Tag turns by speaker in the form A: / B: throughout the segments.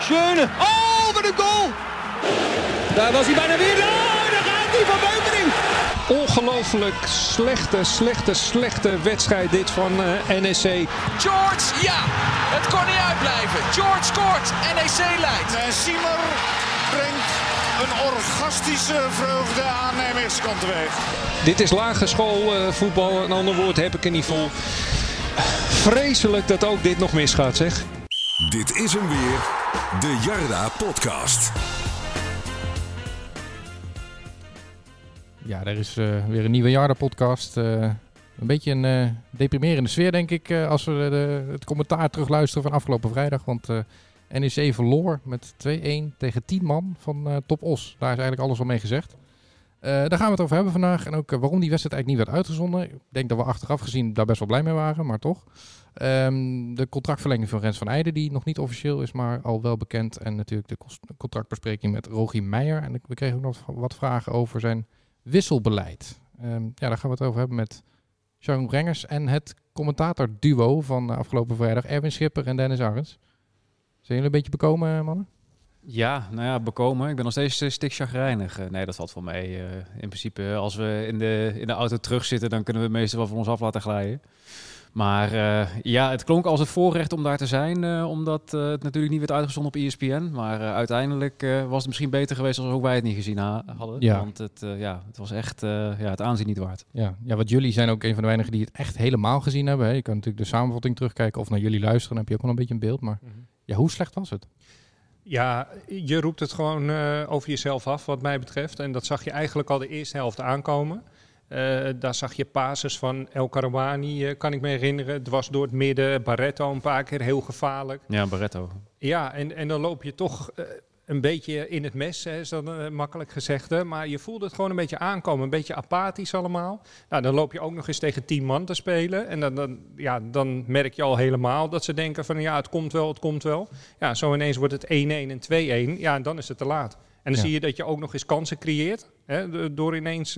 A: Schöne. Oh, wat een goal! Daar was hij bijna weer. Oh, daar gaat hij van Beukering.
B: Ongelooflijk slechte wedstrijd dit van NEC.
C: George, ja, het kon niet uitblijven. George scoort, NEC leidt.
D: En Siemer brengt een orgastische vreugde aan Nijmeegse teweeg.
B: Dit is lagere school voetbal, een ander woord heb ik er niet vol. Vreselijk dat ook dit nog misgaat, zeg.
E: Dit is hem weer, de Jarda Podcast.
F: Ja, er is weer een nieuwe Jarda-podcast. Een beetje een deprimerende sfeer, denk ik, als we het commentaar terugluisteren van afgelopen vrijdag. Want NEC verloor met 2-1 tegen 10 man van Top Os. Daar is eigenlijk alles al mee gezegd. Daar gaan we het over hebben vandaag. En ook waarom die wedstrijd eigenlijk niet werd uitgezonden. Ik denk dat we achteraf gezien daar best wel blij mee waren, maar toch. De contractverlenging van Rens van Eijden, die nog niet officieel is, maar al wel bekend. En natuurlijk de contractbespreking met Rogier Meijer. En we kregen ook nog wat vragen over zijn wisselbeleid. Daar gaan we het over hebben met Jeroen Rengers en het commentatorduo van afgelopen vrijdag, Erwin Schipper en Dennis Arends. Zijn jullie een beetje bekomen, mannen?
G: Ja, nou ja, bekomen. Ik ben nog steeds een stuk chagrijnig. Nee, dat valt wel mee. In principe, als we in de auto terugzitten, dan kunnen we het meestal wel van ons af laten glijden. Maar ja, het klonk als een voorrecht om daar te zijn, omdat het natuurlijk niet werd uitgezonden op ESPN. Maar uiteindelijk was het misschien beter geweest als ook wij het niet gezien hadden.
F: Ja.
G: Want het was echt het aanzien niet waard.
F: Ja, want jullie zijn ook een van de weinigen die het echt helemaal gezien hebben. Hè? Je kan natuurlijk de samenvatting terugkijken of naar jullie luisteren. Dan heb je ook wel een beetje een beeld. Maar ja, hoe slecht was het?
H: Ja, je roept het gewoon over jezelf af wat mij betreft. En dat zag je eigenlijk al de eerste helft aankomen. Daar zag je passes van El Karouani, kan ik me herinneren. Dwars door het midden, Barretto een paar keer, heel gevaarlijk.
G: Ja, Barretto.
H: Ja, en dan loop je toch een beetje in het mes, hè, is dat makkelijk gezegd. Hè? Maar je voelde het gewoon een beetje aankomen, een beetje apathisch allemaal. Nou, dan loop je ook nog eens tegen 10 man te spelen. En dan merk je al helemaal dat ze denken van ja, het komt wel. Ja, zo ineens wordt het 1-1 en 2-1. Ja, en dan is het te laat. En dan zie je dat je ook nog eens kansen creëert. Hè, door ineens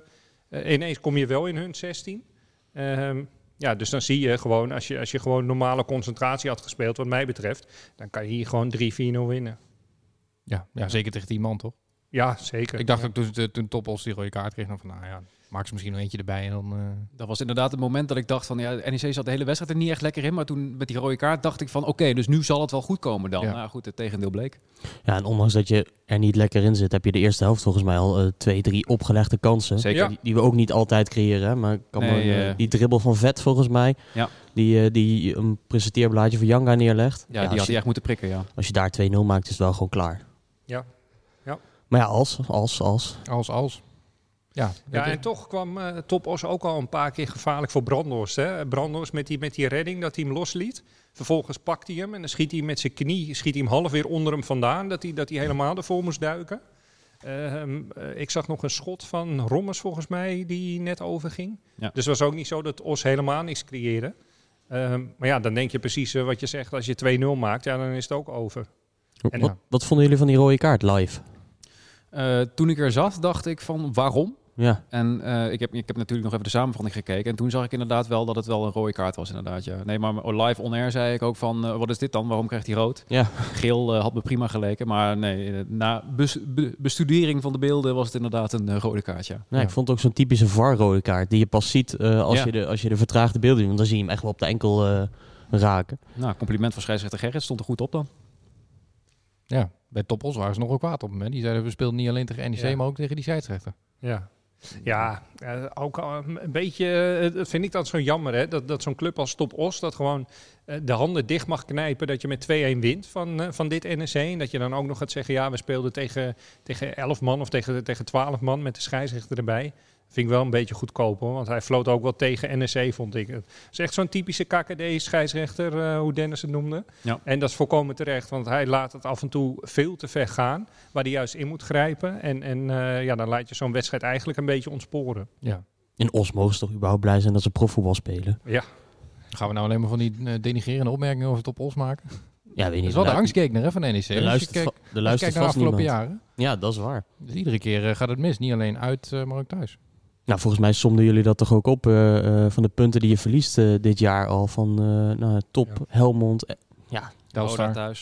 H: kom je wel in hun 16. Ja, dus dan zie je gewoon, als je gewoon normale concentratie had gespeeld, wat mij betreft, dan kan je hier gewoon 3-4-0 winnen.
F: Ja, zeker tegen 10 man, toch?
H: Ja, zeker.
F: Ik dacht ook toen Top Os die rode kaart kreeg, van nou ja, maak ze misschien nog eentje erbij en dan...
G: Dat was inderdaad het moment dat ik dacht van ja, NEC zat de hele wedstrijd er niet echt lekker in. Maar toen met die rode kaart dacht ik van oké, dus nu zal het wel goed komen dan.
F: Ja.
G: Nou goed, het tegendeel bleek.
I: Ja, en ondanks dat je er niet lekker in zit, heb je de eerste helft volgens mij al 2-3 opgelegde kansen.
G: Zeker.
I: Ja. Die we ook niet altijd creëren. Hè? Maar die dribbel van Vet volgens mij,
G: ja.
I: die een presenteerblaadje voor Janga neerlegt.
G: Ja, die had hij echt moeten prikken, ja.
I: Als je daar 2-0 maakt, is het wel gewoon klaar.
H: Ja.
I: Maar ja, als.
H: Ja, en toch kwam Top Os ook al een paar keer gevaarlijk voor Brandhorst. Hè? Brandhorst met die redding dat hij hem losliet. Vervolgens pakt hij hem en dan schiet hij met zijn knie hem half weer onder hem vandaan. Dat hij helemaal ervoor moest duiken. Ik zag nog een schot van Rommers volgens mij die net overging. Ja. Dus het was ook niet zo dat Os helemaal niks creëerde. Maar ja, dan denk je precies wat je zegt. Als je 2-0 maakt, ja, dan is het ook over.
I: Wat vonden jullie van die rode kaart live?
G: Toen ik er zat, dacht ik van waarom?
I: Ja.
G: En ik heb natuurlijk nog even de samenvatting gekeken. En toen zag ik inderdaad wel dat het wel een rode kaart was inderdaad. Ja. Nee, maar live on air zei ik ook van wat is dit dan? Waarom krijgt hij rood?
I: Ja.
G: Geel had me prima geleken. Maar nee, na bestudering van de beelden was het inderdaad een rode kaart. Ja.
I: Ik vond het ook zo'n typische VAR-rode kaart die je pas ziet als je de vertraagde beelden ziet. Want dan zie je hem echt wel op de enkel raken.
G: Nou, compliment van scheidsrechter Gerrit. Stond er goed op dan.
F: Ja, bij Top Os waren ze nog wel kwaad op hem. Hè? Die zeiden we speelden niet alleen tegen NEC, maar ook tegen die scheidsrechter.
H: Ja, ook een beetje vind ik dat zo jammer. Hè? Dat zo'n club als Top Os dat gewoon de handen dicht mag knijpen dat je met 2-1 wint van dit NEC. En dat je dan ook nog gaat zeggen, ja, we speelden tegen 11 man of tegen 12 man met de scheidsrechter erbij. Vind ik wel een beetje goedkoop, hoor, want hij floot ook wel tegen NEC, vond ik. Het is echt zo'n typische KKD-scheidsrechter, hoe Dennis het noemde. Ja. En dat is volkomen terecht, want hij laat het af en toe veel te ver gaan, waar hij juist in moet grijpen. En dan laat je zo'n wedstrijd eigenlijk een beetje ontsporen.
I: Ja. In Os mogen ze toch überhaupt blij zijn dat ze profvoetbal spelen?
H: Ja.
F: Gaan we nou alleen maar van die denigrerende opmerkingen over het op Os maken?
I: Ja, weet niet.
F: Dat is wel de angstgekner hè, van NEC.
I: De luistert
F: naar de afgelopen jaren.
I: Ja, dat is waar.
F: Dus iedere keer gaat het mis. Niet alleen uit, maar ook thuis.
I: Nou, volgens mij somden jullie dat toch ook op van de punten die je verliest dit jaar al. Van Top, Helmond.
G: Roda thuis.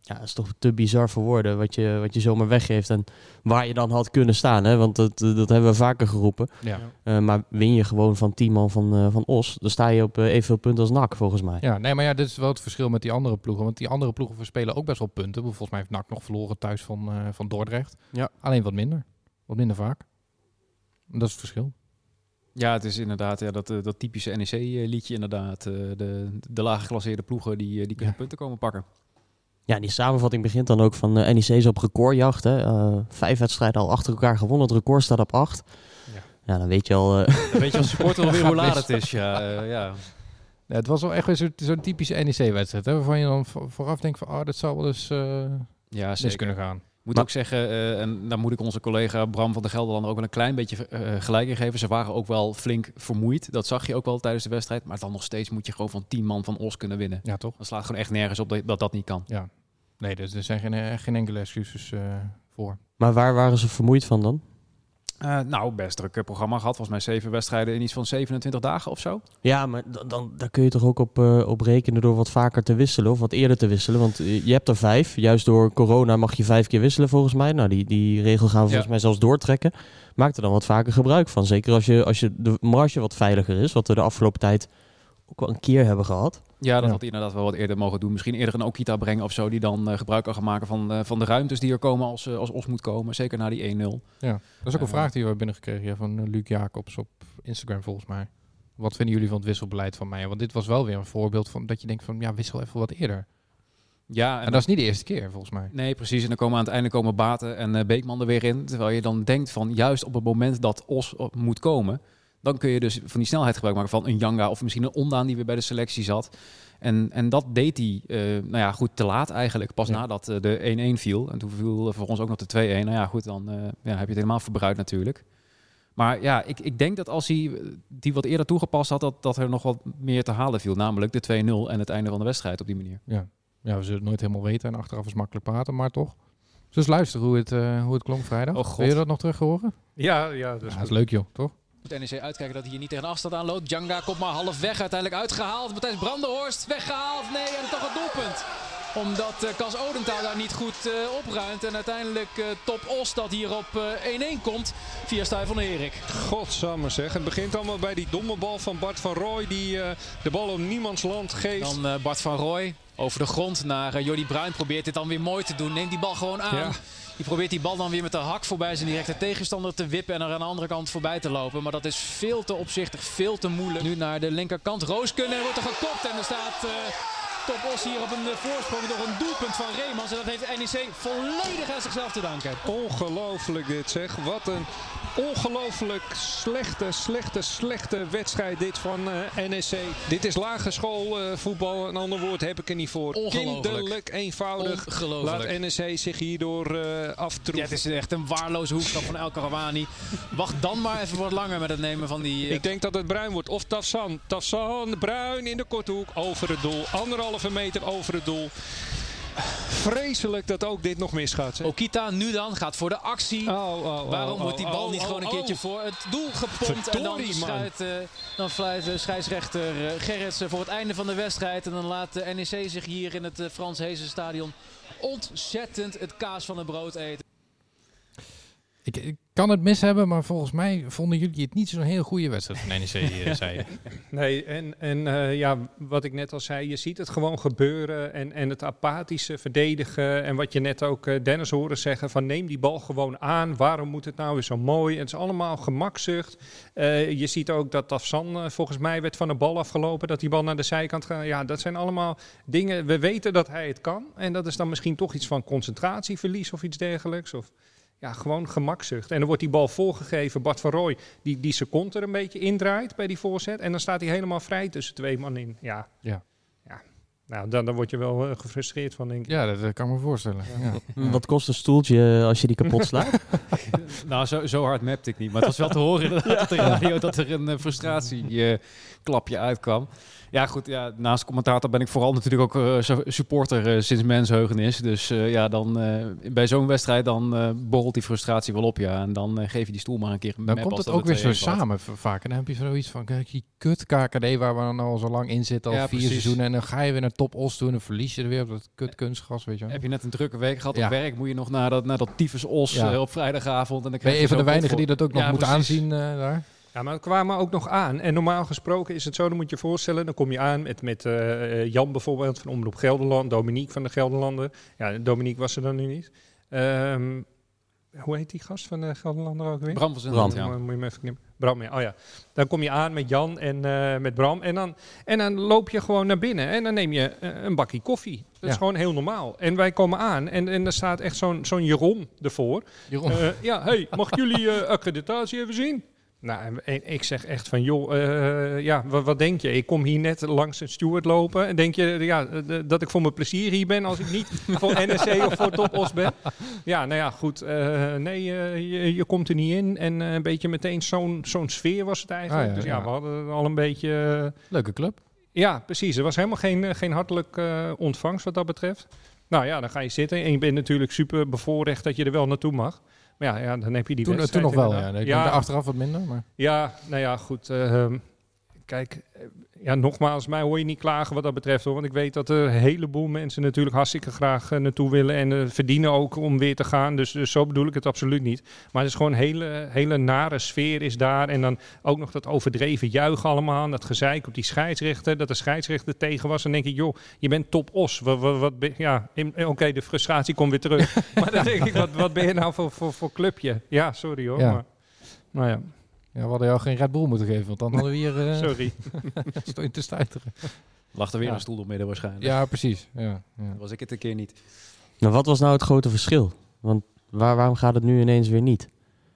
I: Ja, dat is toch te bizar voor woorden wat je zomaar weggeeft en waar je dan had kunnen staan. Hè? Want dat hebben we vaker geroepen.
F: Ja.
I: Maar win je gewoon van 10 man van Os, dan sta je op evenveel punten als NAC volgens mij.
F: Ja, nee, maar ja, dit is wel het verschil met die andere ploegen. Want die andere ploegen verspelen ook best wel punten. Volgens mij heeft NAC nog verloren thuis van Dordrecht.
I: Ja.
F: Alleen wat minder. Wat minder vaak. Dat is het verschil.
G: Ja, het is inderdaad dat typische NEC-liedje inderdaad. De laag geclasseerde ploegen die kunnen punten komen pakken.
I: Ja, die samenvatting begint dan ook van NEC is op recordjacht. Hè? 5 wedstrijden al achter elkaar gewonnen. Het record staat op 8. Ja, dan weet je al...
G: Dan weet je als supporter alweer hoe laat het is. Ja.
F: Ja, het was wel echt weer zo'n typische NEC-wedstrijd. Hè? Waarvan je dan vooraf denkt van... dat zou wel eens mis kunnen gaan.
G: Moet ook zeggen, en daar moet ik onze collega Bram van der Gelderlander ook wel een klein beetje gelijk in geven. Ze waren ook wel flink vermoeid. Dat zag je ook wel tijdens de wedstrijd. Maar dan nog steeds moet je gewoon van 10 man van Os kunnen winnen.
F: Ja, toch?
G: Dat slaat gewoon echt nergens op dat niet kan.
F: Ja. Nee, dus er zijn geen enkele excuses voor.
I: Maar waar waren ze vermoeid van dan?
G: Best druk programma gehad. Volgens mij 7 wedstrijden in iets van 27 dagen of zo.
I: Ja, maar daar kun je toch ook op rekenen door wat vaker te wisselen of wat eerder te wisselen. Want je hebt er 5. Juist door corona mag je 5 keer wisselen volgens mij. Nou, die regel gaan we volgens mij zelfs doortrekken. Maak er dan wat vaker gebruik van. Zeker als je de marge wat veiliger is. Wat we de afgelopen tijd ook wel een keer hebben gehad.
G: Ja, dat had hij inderdaad wel wat eerder mogen doen. Misschien eerder een Okita brengen of zo. Die dan gebruik kan gaan maken van de ruimtes die er komen als Os moet komen. Zeker na die 1-0.
F: Ja, dat is ook een vraag die we hebben binnengekregen van Luc Jacobs op Instagram volgens mij. Wat vinden jullie van het wisselbeleid van mij? Want dit was wel weer een voorbeeld van dat je denkt van wissel even wat eerder.
G: Ja,
F: en dat is niet de eerste keer volgens mij.
G: Nee, precies. En dan komen aan het einde Baten en Beekman er weer in. Terwijl je dan denkt van juist op het moment dat Os moet komen... Dan kun je dus van die snelheid gebruik maken van een Janga of misschien een Ondaan die weer bij de selectie zat. En dat deed hij goed te laat eigenlijk. Pas nadat de 1-1 viel. En toen viel voor ons ook nog de 2-1. Nou ja, goed, dan heb je het helemaal verbruikt natuurlijk. Maar ja, ik denk dat als hij die wat eerder toegepast had, dat er nog wat meer te halen viel. Namelijk de 2-0 en het einde van de wedstrijd op die manier.
F: Ja, we zullen het nooit helemaal weten en achteraf is makkelijk praten, maar toch. Dus luister hoe het klonk vrijdag.
G: Oh, God.
F: Wil je dat nog terug horen?
H: Ja, dat
F: is leuk joh, toch?
C: Moet NEC uitkijken dat hij hier niet tegen de afstand aanloopt. Djanga komt maar half weg, uiteindelijk uitgehaald. Matthijs Brandenhorst weggehaald. Nee, en toch het doelpunt. Omdat Cas Odentaal daar niet goed opruimt. En uiteindelijk Top Os dat hier op 1-1 komt via Stuyven van Erik.
B: Godsamme zeg. Het begint allemaal bij die domme bal van Bart van Rooij. Die de bal op niemands land geeft.
C: Dan Bart van Rooij over de grond naar Jordi Bruin. Probeert dit dan weer mooi te doen. Neemt die bal gewoon aan. Ja. Die probeert die bal dan weer met de hak voorbij zijn directe tegenstander te wippen en er aan de andere kant voorbij te lopen. Maar dat is veel te opzichtig, veel te moeilijk. Nu naar de linkerkant. Rooskunnen wordt er gekopt en er staat Top Os hier op een voorsprong door een doelpunt van Reemans. En dat heeft NEC volledig aan zichzelf te danken.
B: Ongelooflijk dit zeg. Wat een ongelooflijk slechte wedstrijd dit van NEC. Dit is lagere schoolvoetbal. Een ander woord heb ik er niet voor. Kinderlijk eenvoudig. Laat NEC zich hierdoor aftroeven.
C: Ja, het is echt een waarloze hoekstap van El Karawani. Wacht dan maar even wat langer met het nemen van die...
B: Ik denk dat het Bruin wordt. Of Tafsan. Tafsan, Bruin in de korte hoek. Over het doel. 1,5 meter over het doel. Vreselijk dat ook dit nog misgaat. Zeg.
C: Okita nu dan gaat voor de actie. Waarom wordt die bal niet gewoon een keertje voor het doel gepompt?
B: Verdorie,
C: en dan fluit scheidsrechter Gerrits voor het einde van de wedstrijd. En dan laat de NEC zich hier in het Frans Heesen stadion ontzettend het kaas van het brood eten.
F: Ik kan het mis hebben, maar volgens mij vonden jullie het niet zo'n heel goede wedstrijd van NEC, zei je.
H: Nee, en wat ik net al zei, je ziet het gewoon gebeuren en het apathische verdedigen. En wat je net ook Dennis hoorde zeggen, van neem die bal gewoon aan. Waarom moet het nou weer zo mooi? Het is allemaal gemakzucht. Je ziet ook dat Tafsan volgens mij werd van de bal afgelopen, dat die bal naar de zijkant gaat. Ja, dat zijn allemaal dingen, we weten dat hij het kan. En dat is dan misschien toch iets van concentratieverlies of iets dergelijks. Of... Ja, gewoon gemakzucht. En dan wordt die bal voorgegeven. Bart van Rooij, die zijn kont er een beetje indraait bij die voorzet. En dan staat hij helemaal vrij tussen 2 man in. Ja. Nou, dan word je wel gefrustreerd van, denk ik.
F: Ja, dat kan ik me voorstellen. Ja.
I: Wat kost een stoeltje als je die kapot slaat?
G: Nou, zo hard mapte ik niet. Maar het was wel te horen inderdaad op de radio dat er een frustratieklapje uitkwam. Ja, goed. Ja, naast commentator ben ik vooral natuurlijk ook supporter sinds mensheugenis. Dus dan bij zo'n wedstrijd dan borrelt die frustratie wel op. Ja. En dan geef je die stoel maar een keer een
F: Dan komt het ook weer zo samen vaak. En dan heb je zoiets van, kijk, die kut KKD waar we dan al zo lang in zitten, al 4 seizoenen. En dan ga je weer naar Top Os toe en dan verlies je er weer op dat kut kunstgras, weet je wel.
C: Heb je net een drukke week gehad op werk, moet je nog naar dat tyfus Os op vrijdagavond. En dan
F: ben je een van de weinigen die dat ook nog moet aanzien daar?
H: Ja, maar het kwamen ook nog aan. En normaal gesproken is het zo, dan moet je je voorstellen, dan kom je aan met Jan bijvoorbeeld van Omroep Gelderland, Dominique van de Gelderlander. Ja, Dominique was er dan nu niet. Hoe heet die gast van de Gelderlander ook weer?
C: Bram van Zundert, ja.
H: Moet je me even knippen. Bram, ja. Oh ja. Dan kom je aan met Jan en met Bram. En dan loop je gewoon naar binnen. En dan neem je een bakje koffie. Dat is gewoon heel normaal. En wij komen aan. En er staat echt zo'n Jeroen ervoor.
F: Jeroen.
H: Hey, mag jullie accreditatie even zien? Nou, en ik zeg echt van, joh, wat denk je? Ik kom hier net langs een steward lopen. En denk je dat ik voor mijn plezier hier ben als ik niet voor NEC of voor Top Os ben? Ja, nou ja, goed. Je komt er niet in. En een beetje meteen zo'n sfeer was het eigenlijk. Dus we hadden al een beetje...
F: Leuke club.
H: Ja, precies. Er was helemaal geen hartelijk ontvangst wat dat betreft. Nou ja, dan ga je zitten. En je bent natuurlijk super bevoorrecht dat je er wel naartoe mag. Maar ja, dan heb je die wedstrijd.
F: Toen nog wel, ja. Ik denk achteraf wat minder. Maar...
H: Ja, nou ja, goed. Kijk, nogmaals, mij hoor je niet klagen wat dat betreft, hoor. Want ik weet dat er een heleboel mensen natuurlijk hartstikke graag naartoe willen. En verdienen ook om weer te gaan. Dus zo bedoel ik het absoluut niet. Maar het is gewoon een hele nare sfeer is daar. En dan ook nog dat overdreven juichen allemaal. Dat gezeik op die scheidsrechter. Dat de scheidsrechter tegen was. En dan denk ik, joh, je bent Top Os. Oké, de frustratie komt weer terug. Maar dan denk ik, wat ben je nou voor clubje? Ja, sorry hoor.
F: Ja.
H: Maar, nou ja.
F: Ja, we hadden jou geen Red Bull moeten geven, want dan hadden we hier...
H: Sorry.
F: Stond je te stuiteren.
C: Lag er weer een stoel op midden waarschijnlijk.
F: Ja, precies. Ja.
C: Dan was ik het een keer niet.
I: Nou, wat was nou het grote verschil? Want waarom gaat het nu ineens weer niet?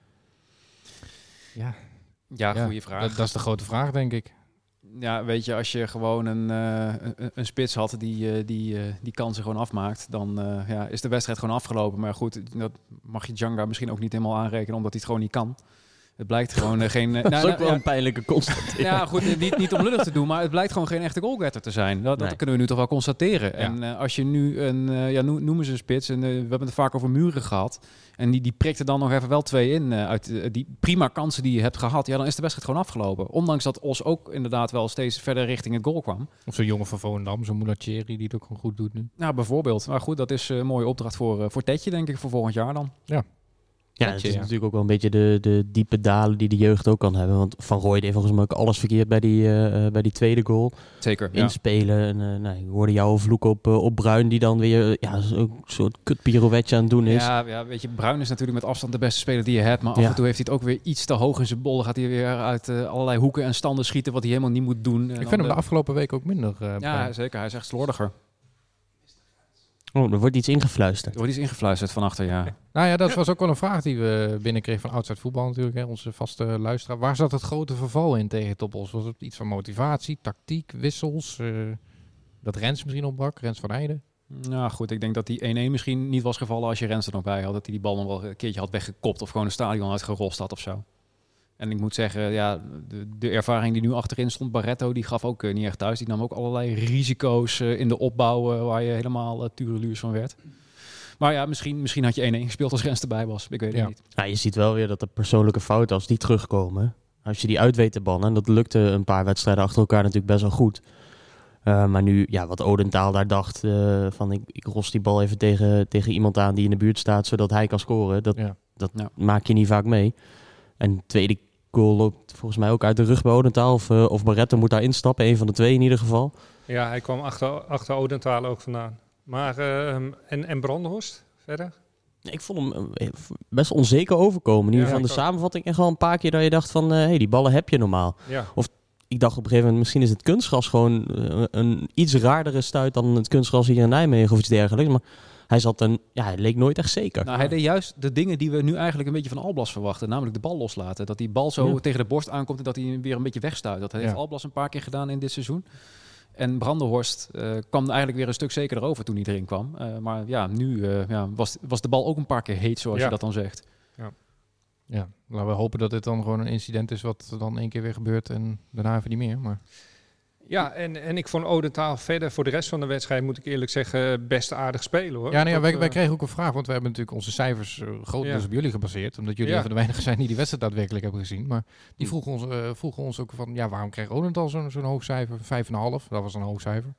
C: Ja, goede vraag.
F: Dat is de grote vraag, denk ik.
C: Ja, weet je, als je gewoon een spits had die kansen gewoon afmaakt, dan is de wedstrijd gewoon afgelopen. Maar goed, dat mag je Djanga misschien ook niet helemaal aanrekenen, omdat hij het gewoon niet kan. Het blijkt gewoon geen...
I: dat is ook wel een pijnlijke constatering.
C: Ja, goed, niet om lullig te doen, maar het blijkt gewoon geen echte goalgetter te zijn. Dat kunnen we nu toch wel constateren. Ja. En als je nu noemen ze een spits, en we hebben het vaak over Muren gehad, en die prikte dan nog even wel 2 in uit die prima kansen die je hebt gehad, dan is de wedstrijd gewoon afgelopen. Ondanks dat Os ook inderdaad wel steeds verder richting het goal kwam.
F: Of zo'n jongen van Volendam, zo'n Moulacheri, die het ook gewoon goed doet nu.
C: Nou, bijvoorbeeld. Maar goed, dat is een mooie opdracht voor Tetje, denk ik, voor volgend jaar dan.
F: Ja.
I: Ja, het is natuurlijk ook wel een beetje de diepe dalen die de jeugd ook kan hebben. Want Van Rooij deed volgens mij ook alles verkeerd bij die tweede goal.
C: Zeker,
I: inspelen. En ik hoorde jou vloeken op Bruin, die dan weer een soort kutpirouetje aan het doen is.
C: Ja, weet je, Bruin is natuurlijk met afstand de beste speler die je hebt. Maar af en toe heeft hij het ook weer iets te hoog in zijn bol. Gaat hij weer uit allerlei hoeken en standen schieten wat hij helemaal niet moet doen.
F: Ik vind hem de afgelopen week ook minder.
C: Ja, zeker. Hij is echt slordiger.
I: Oh, er wordt iets ingefluisterd.
C: Er wordt iets ingefluisterd van achter, ja.
F: Nou ja, dat was ook wel een vraag die we binnenkregen van Outside Voetbal natuurlijk, hè, onze vaste luisteraar. Waar zat het grote verval in tegen Top Os? Was het iets van motivatie, tactiek, wissels? Dat Rens misschien opbrak, Rens van Heijden?
C: Nou goed, ik denk dat die 1-1 misschien niet was gevallen als je Rens er nog bij had. Dat hij die bal nog wel een keertje had weggekopt of gewoon een stadion uitgerost had of zo. En ik moet zeggen, de ervaring die nu achterin stond, Barretto, die gaf ook niet echt thuis. Die nam ook allerlei risico's in de opbouw waar je helemaal tureluurs van werd. Maar ja, misschien had je 1-1 gespeeld als Rens erbij was. Ik weet het niet.
I: Ja, je ziet wel weer dat de persoonlijke fouten, als die terugkomen, als je die uit weet te bannen, en dat lukte een paar wedstrijden achter elkaar natuurlijk best wel goed. Maar nu, wat Odentaal daar dacht, van ik ros die bal even tegen iemand aan die in de buurt staat, zodat hij kan scoren. Dat maak je niet vaak mee. En de tweede goal loopt volgens mij ook uit de rug bij Odentaal. Of Barretto moet daar instappen, een van de twee in ieder geval.
H: Ja, hij kwam achter Odentaal ook vandaan. Maar, en Brandhorst verder?
I: Ik vond hem best onzeker overkomen. In ieder geval de samenvatting echt wel een paar keer dat je dacht van, die ballen heb je normaal.
H: Ja.
I: Of ik dacht op een gegeven moment, misschien is het kunstgras gewoon een iets raardere stuit dan het kunstgras hier in Nijmegen of iets dergelijks. Maar hij leek nooit echt zeker.
C: Nou, hij deed juist de dingen die we nu eigenlijk een beetje van Alblas verwachten. Namelijk de bal loslaten. Dat die bal zo tegen de borst aankomt en dat hij weer een beetje wegstuit. Dat heeft Alblas een paar keer gedaan in dit seizoen. En Brandenhorst kwam eigenlijk weer een stuk zekerder over toen hij erin kwam. Maar nu was de bal ook een paar keer heet, zoals je dat dan zegt.
F: Ja, laten we hopen dat dit dan gewoon een incident is wat dan 1 keer weer gebeurt en daarna even niet meer. Maar...
H: Ja, en ik vond Odentaal verder voor de rest van de wedstrijd, moet ik eerlijk zeggen, best aardig spelen, hoor.
F: Ja, wij kregen ook een vraag, want we hebben natuurlijk onze cijfers grotendeels op jullie gebaseerd. Omdat jullie een van de weinigen zijn die die wedstrijd daadwerkelijk hebben gezien. Maar die vroegen ons ook van, waarom kreeg Odentaal zo'n hoog cijfer? 5,5, dat was een hoog cijfer.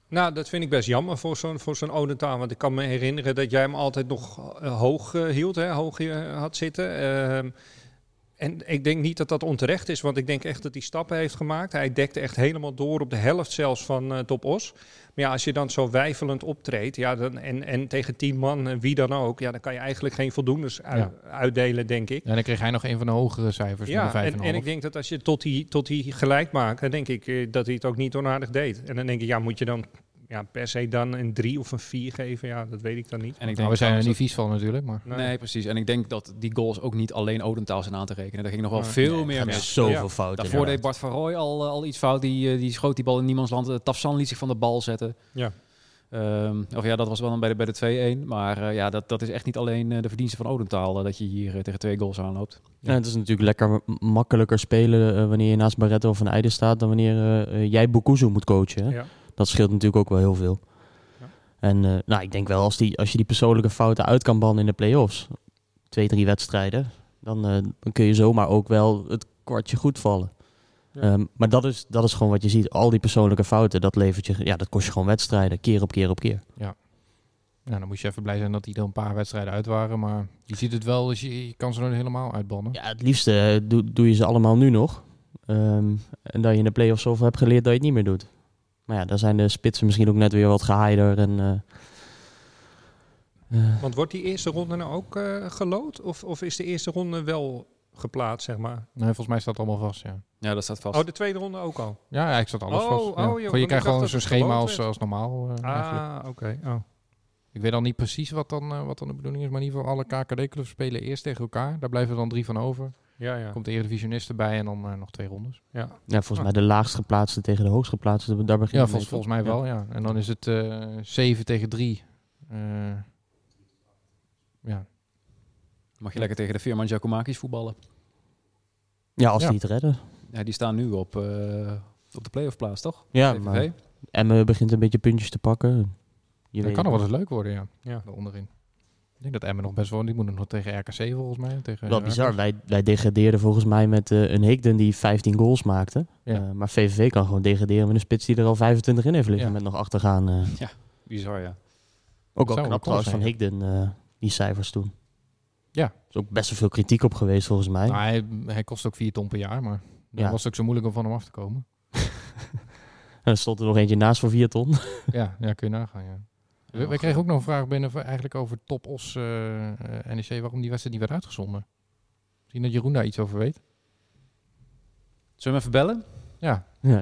H: Nou, dat vind ik best jammer voor zo'n Odendaal. Want ik kan me herinneren dat jij hem altijd nog hoog hield, hoog had zitten. En ik denk niet dat dat onterecht is, want ik denk echt dat hij stappen heeft gemaakt. Hij dekte echt helemaal door op de helft zelfs van Top Os. Maar ja, als je dan zo weifelend optreedt, ja, dan, en tegen 10 man, wie dan ook, ja, dan kan je eigenlijk geen voldoendes uitdelen, denk ik.
F: Ja, dan kreeg hij nog een van de hogere cijfers.
H: Ja,
F: van de 5,5.
H: En ik denk dat als je tot die gelijk maakt, dan denk ik dat hij het ook niet onaardig deed. En dan denk ik, ja, moet je dan per se dan een 3 of een 4 geven? Ja, dat weet ik dan niet.
F: En ik denk, we zijn er niet vies van natuurlijk. Maar.
G: Nee, precies. En ik denk dat die goals ook niet alleen Odendaal zijn aan te rekenen. Daar ging nog wel veel meer mis.
I: Zoveel fouten.
G: Daarvoor deed Bart van Rooij al iets fout. Die schoot die bal in niemands land. Tafsan liet zich van de bal zetten.
H: Ja.
G: Dat was wel dan bij de 2-1. Maar dat is echt niet alleen de verdienste van Odendaal dat je hier tegen 2 goals aanloopt.
I: Ja, het is natuurlijk lekker makkelijker spelen wanneer je naast Barretto of Van Eijden staat dan wanneer jij Bukuzu moet coachen. Hè? Ja. Dat scheelt natuurlijk ook wel heel veel. Ja. En ik denk wel als je die persoonlijke fouten uit kan bannen in de play-offs, 2-3 wedstrijden, dan kun je zomaar ook wel het kwartje goed vallen. Ja. Maar dat is gewoon wat je ziet. Al die persoonlijke fouten, dat kost je gewoon wedstrijden, keer op keer op keer.
F: Ja. Nou, dan moet je even blij zijn dat die er een paar wedstrijden uit waren. Maar je ziet het wel, dus je kan ze nog niet helemaal uitbannen.
I: Ja, het liefste doe je ze allemaal nu nog. En dat je in de play-offs zoveel hebt geleerd dat je het niet meer doet. Maar ja, daar zijn de spitsen misschien ook net weer wat gehaider.
H: Want wordt die eerste ronde nou ook gelood? Of is de eerste ronde wel geplaatst, zeg maar?
F: Nee, volgens mij staat het allemaal vast, ja.
G: Ja, dat staat vast.
H: Oh, de tweede ronde ook al?
F: Ja, eigenlijk staat alles vast. Ja. Je krijgt gewoon zo'n schema als normaal.
H: Oké. Oh.
F: Ik weet al niet precies wat dan de bedoeling is. Maar in ieder geval alle KKD-clubs spelen eerst tegen elkaar. Daar blijven er dan 3 van over.
H: Ja.
F: Komt de Eredivisionist erbij en dan nog 2 rondes.
I: Ja, volgens mij de laagst geplaatste tegen de hoogst geplaatste. Daar begint
F: het volgens mij wel, ja. En dan is het 7 tegen 3. Ja.
G: Mag je lekker tegen de Veerman Giacomakis voetballen?
I: Ja, als die het redden.
G: Ja, die staan nu op de play-off plaats, toch?
I: Ja, maar Emmen begint een beetje puntjes te pakken.
F: Dat kan nog wel eens leuk worden, ja. Onderin. Ik denk dat Emmen nog best wel... Die moeten nog tegen RKC volgens mij.
I: Wel bizar. Wij degradeerden volgens mij met een Higden die 15 goals maakte. Ja. Maar VVV kan gewoon degraderen met een spits die er al 25 in heeft liggen. Met nog achtergaan.
G: Ja, bizar, ja.
I: Ook wel knap trouwens van Higden, die cijfers toen.
F: Ja.
I: Er is ook best wel veel kritiek op geweest volgens mij.
F: Nou, hij kost ook 4 ton per jaar, maar dan was het ook zo moeilijk om van hem af te komen.
I: En er stond er nog eentje naast voor 4 ton.
F: Ja, kun je nagaan, ja. We kregen ook nog een vraag binnen eigenlijk over Top Os NEC, waarom die wedstrijd niet werd uitgezonden. Misschien dat Jeroen daar iets over weet.
G: Zullen we even bellen?
F: Ja.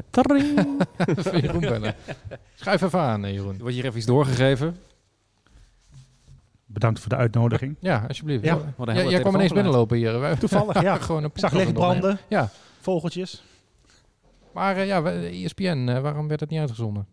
F: Even Jeroen bellen. Schuif even aan, Jeroen.
G: Wordt hier even iets doorgegeven.
J: Bedankt voor de uitnodiging.
F: Ja, jij
G: jij
F: kwam ineens binnenlopen hier.
J: Toevallig, ja.
F: Gewoon een
J: zag licht branden.
F: Ja.
J: Vogeltjes.
F: Maar ESPN, waarom werd het niet uitgezonden?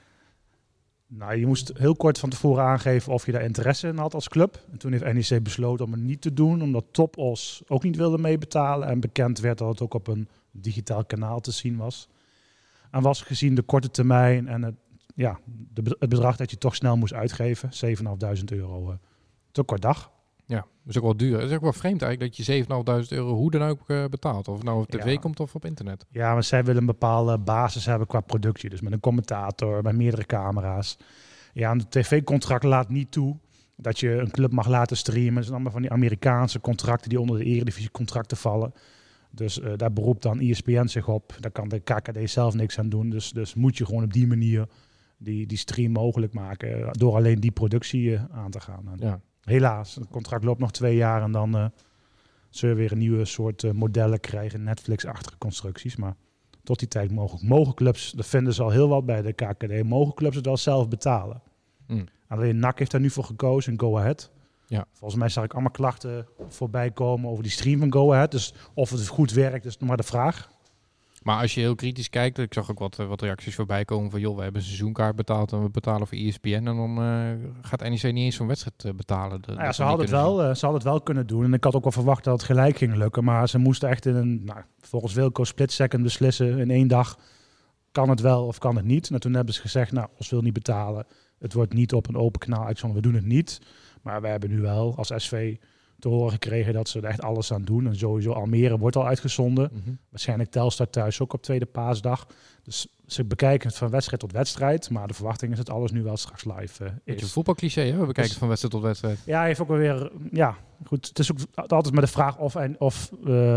J: Nou, je moest heel kort van tevoren aangeven of je daar interesse in had als club. En toen heeft NEC besloten om het niet te doen, omdat Top Os ook niet wilde meebetalen. En bekend werd dat het ook op een digitaal kanaal te zien was. En was gezien de korte termijn en het bedrag dat je toch snel moest uitgeven, €7.500, te kort dag.
F: Ja, dat is ook wel duur. Het is ook wel vreemd eigenlijk dat je €7.500 hoe dan ook betaalt. Of het nou op tv komt of op internet.
J: Ja, maar zij willen een bepaalde basis hebben qua productie. Dus met een commentator, met meerdere camera's. Ja, een tv-contract laat niet toe dat je een club mag laten streamen. Dat zijn allemaal van die Amerikaanse contracten die onder de Eredivisie-contracten vallen. Dus daar beroept dan ESPN zich op. Daar kan de KKD zelf niks aan doen. Dus moet je gewoon op die manier die stream mogelijk maken. Door alleen die productie aan te gaan.
F: Ja.
J: Helaas, het contract loopt nog 2 jaar en dan zullen we weer een nieuwe soort modellen krijgen, Netflix-achtige constructies. Maar tot die tijd mogen clubs, dat vinden ze al heel wat bij de KKD, mogen clubs het wel zelf betalen. Alleen NAC heeft daar nu voor gekozen, en Go Ahead. Ja. Volgens mij zag ik allemaal klachten voorbij komen over die stream van Go Ahead. Dus of het goed werkt, is nog maar de vraag.
F: Maar als je heel kritisch kijkt, ik zag ook wat reacties voorbij komen van, joh, we hebben een seizoenkaart betaald en we betalen voor ESPN. En dan gaat NEC niet eens zo'n wedstrijd betalen.
J: Ze hadden het wel kunnen doen. En ik had ook wel verwacht dat het gelijk ging lukken. Maar ze moesten echt volgens Wilco split second beslissen in 1 dag. Kan het wel of kan het niet? En toen hebben ze gezegd, ons wil niet betalen. Het wordt niet op een open kanaal uitgezonden, we doen het niet. Maar wij hebben nu wel als SV te horen gekregen dat ze er echt alles aan doen. En sowieso Almere wordt al uitgezonden. Waarschijnlijk Telstar thuis ook op tweede paasdag. Dus ze bekijken het van wedstrijd tot wedstrijd. Maar de verwachting is dat alles nu wel straks live is.
F: Beetje een voetbalcliché, hè? We bekijken het van wedstrijd tot wedstrijd.
J: Ja, hij heeft ook wel weer... Ja, goed. Het is ook altijd met de vraag of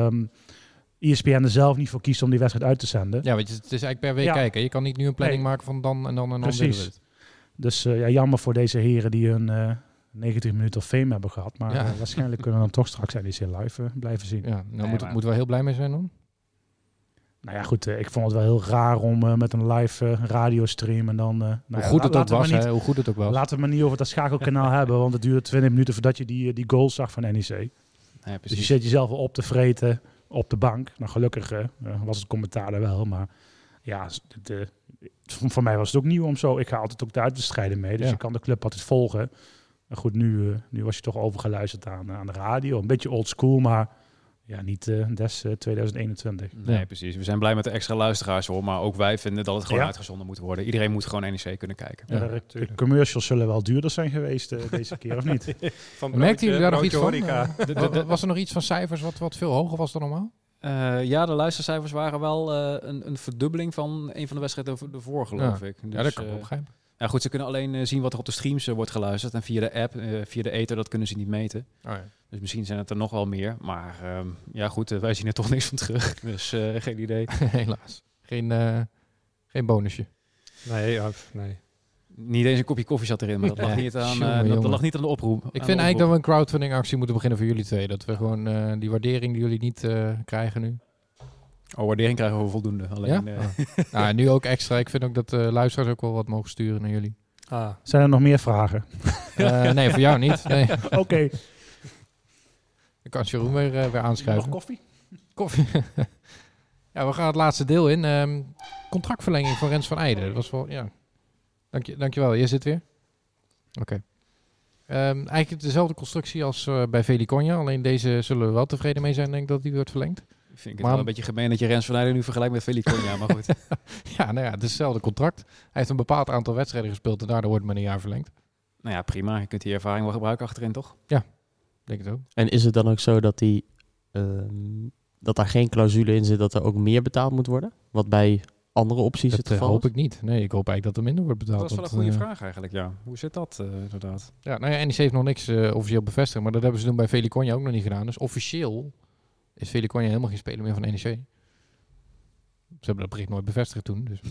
J: ESPN er zelf niet voor kiest om die wedstrijd uit te zenden.
F: Ja, weet je, het is eigenlijk per week kijken. Je kan niet nu een planning maken van dan en dan en dan.
J: Precies. Dus jammer voor deze heren die hun 90 minuten of fame hebben gehad. Maar waarschijnlijk kunnen we dan toch straks NEC live blijven zien.
F: Ja, nou moeten we wel heel blij mee zijn dan.
J: Nou ja, goed. Ik vond het wel heel raar om met een live radiostream en dan...
F: hoe goed het ook was, hè? Hoe goed het ook was.
J: Laten we maar niet over dat schakelkanaal hebben, want het duurde 20 minuten voordat je die goals zag van NEC. Ja, dus je zet jezelf wel op te vreten op de bank. Nou, gelukkig was het commentaar er wel, maar ja, voor mij was het ook nieuw om zo. Ik ga altijd ook de uitwedstrijden mee, dus je kan de club altijd volgen. Maar goed, nu was je toch overgeluisterd aan de radio. Een beetje old school, maar ja, niet des 2021.
G: Nee, precies. We zijn blij met de extra luisteraars, hoor. Maar ook wij vinden dat het gewoon uitgezonden moet worden. Iedereen moet gewoon NEC kunnen kijken.
J: Ja, de commercials zullen wel duurder zijn geweest deze keer, of niet?
F: Merkten jullie daar nog iets van? Was er nog iets van cijfers wat veel hoger was dan normaal?
G: Ja, de luistercijfers waren wel een verdubbeling van een van de wedstrijden ervoor, geloof ik. Dus,
F: ja, dat kan ik wel begrijpen.
G: Ja, goed, ze kunnen alleen zien wat er op de streams wordt geluisterd. En via de app, via de ether, dat kunnen ze niet meten. Oh ja. Dus misschien zijn het er nog wel meer. Maar ja, goed, wij zien er toch niks van terug. Dus geen idee.
F: Helaas. Geen bonusje.
H: Nee.
G: Niet eens een kopje koffie zat erin, maar dat lag niet aan, dat lag niet aan de oproep.
F: Ik vind eigenlijk dat we een crowdfunding actie moeten beginnen voor jullie twee. Dat we gewoon die waardering die jullie niet krijgen nu.
G: Oh, waardering krijgen we voldoende. Alleen,
F: nou, nu ook extra. Ik vind ook dat luisteraars ook wel wat mogen sturen naar jullie.
J: Zijn er nog meer vragen?
F: Nee, voor jou niet. Nee.
J: Oké.
F: Dan kan Jeroen weer aanschuiven.
J: Nog koffie?
F: Koffie. Ja, we gaan het laatste deel in. Contractverlenging van Rens van Eijden. Dat was wel, ja. Dankjewel. Je zit weer? Oké. Eigenlijk dezelfde constructie als bij Velikonja. Alleen deze zullen we wel tevreden mee zijn, denk ik, dat die wordt verlengd.
G: Ik vind het wel een beetje gemeen dat je Rens van Eijden nu vergelijkt met Velikonja, maar goed.
F: Ja, nou ja, het is hetzelfde contract. Hij heeft een bepaald aantal wedstrijden gespeeld en daardoor wordt het met een jaar verlengd.
G: Nou ja, prima. Je kunt die ervaring wel gebruiken achterin, toch?
F: Ja, denk het ook.
I: En is het dan ook zo dat dat daar geen clausule in zit dat er ook meer betaald moet worden? Wat bij andere opties het geval
F: hoop ik niet. Nee, ik hoop eigenlijk dat er minder wordt betaald.
G: Dat is wel een goede vraag eigenlijk, ja. Hoe zit dat inderdaad?
F: Ja, nou ja, NEC heeft nog niks officieel bevestigd, maar dat hebben ze toen bij Velikonja ook nog niet gedaan. Dus officieel is Velikonja helemaal geen speler meer van NEC. Ze hebben dat bericht nooit bevestigd toen. Dus.